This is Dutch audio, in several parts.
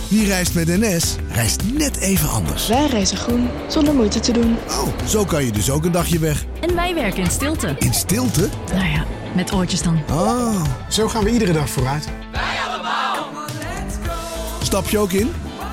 Wie reist met NS, reist net even anders. Wij reizen groen, zonder moeite te doen. Oh, zo kan je dus ook een dagje weg. En wij werken in stilte. In stilte? Nou ja, met oortjes dan. Oh. Zo gaan we iedere dag vooruit. Wij allemaal. Stap je ook in?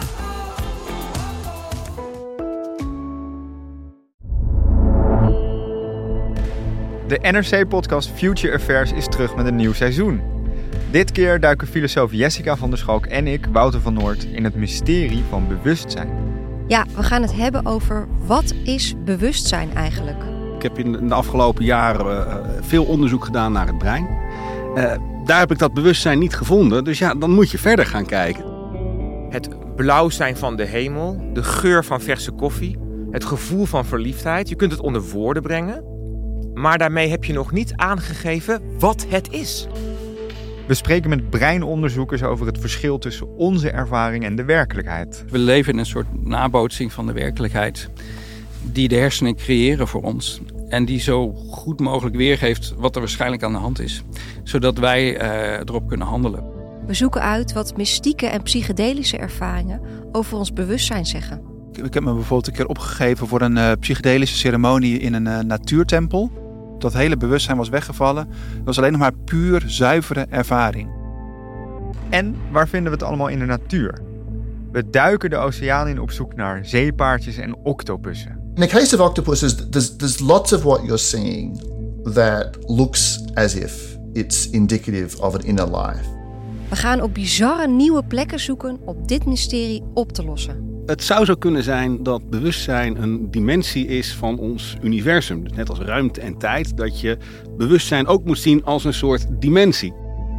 De NRC-podcast Future Affairs is terug met een nieuw seizoen. Dit keer duiken filosoof Jessica van der Schalk en ik, Wouter van Noord, in het mysterie van bewustzijn. Ja, we gaan het hebben over wat is bewustzijn eigenlijk? Ik heb in de afgelopen jaren veel onderzoek gedaan naar het brein. Daar heb ik dat bewustzijn niet gevonden, dus ja, dan moet je verder gaan kijken. Het blauw zijn van de hemel, de geur van verse koffie, het gevoel van verliefdheid. Je kunt het onder woorden brengen, maar daarmee heb je nog niet aangegeven wat het is. We spreken met breinonderzoekers over het verschil tussen onze ervaring en de werkelijkheid. We leven in een soort nabootsing van de werkelijkheid die de hersenen creëren voor ons. En die zo goed mogelijk weergeeft wat er waarschijnlijk aan de hand is. Zodat wij erop kunnen handelen. We zoeken uit wat mystieke en psychedelische ervaringen over ons bewustzijn zeggen. Ik heb me bijvoorbeeld een keer opgegeven voor een psychedelische ceremonie in een natuurtempel. Dat hele bewustzijn was weggevallen. Het was alleen nog maar puur zuivere ervaring. En waar vinden we het allemaal in de natuur? We duiken de oceaan in op zoek naar zeepaardjes en octopussen. In the case of octopuses, there's lots of what you're seeing that looks as if it's indicative of an inner life. We gaan op bizarre nieuwe plekken zoeken om dit mysterie op te lossen. Het zou zo kunnen zijn dat bewustzijn een dimensie is van ons universum. Dus net als ruimte en tijd, dat je bewustzijn ook moet zien als een soort dimensie.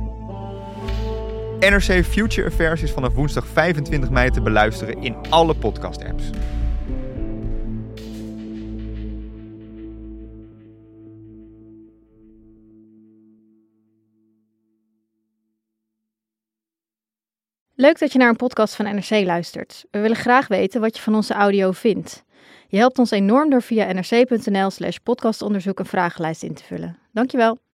NRC Future Affairs is vanaf woensdag 25 mei te beluisteren in alle podcast-apps. Leuk dat je naar een podcast van NRC luistert. We willen graag weten wat je van onze audio vindt. Je helpt ons enorm door via nrc.nl/podcastonderzoek een vragenlijst in te vullen. Dankjewel.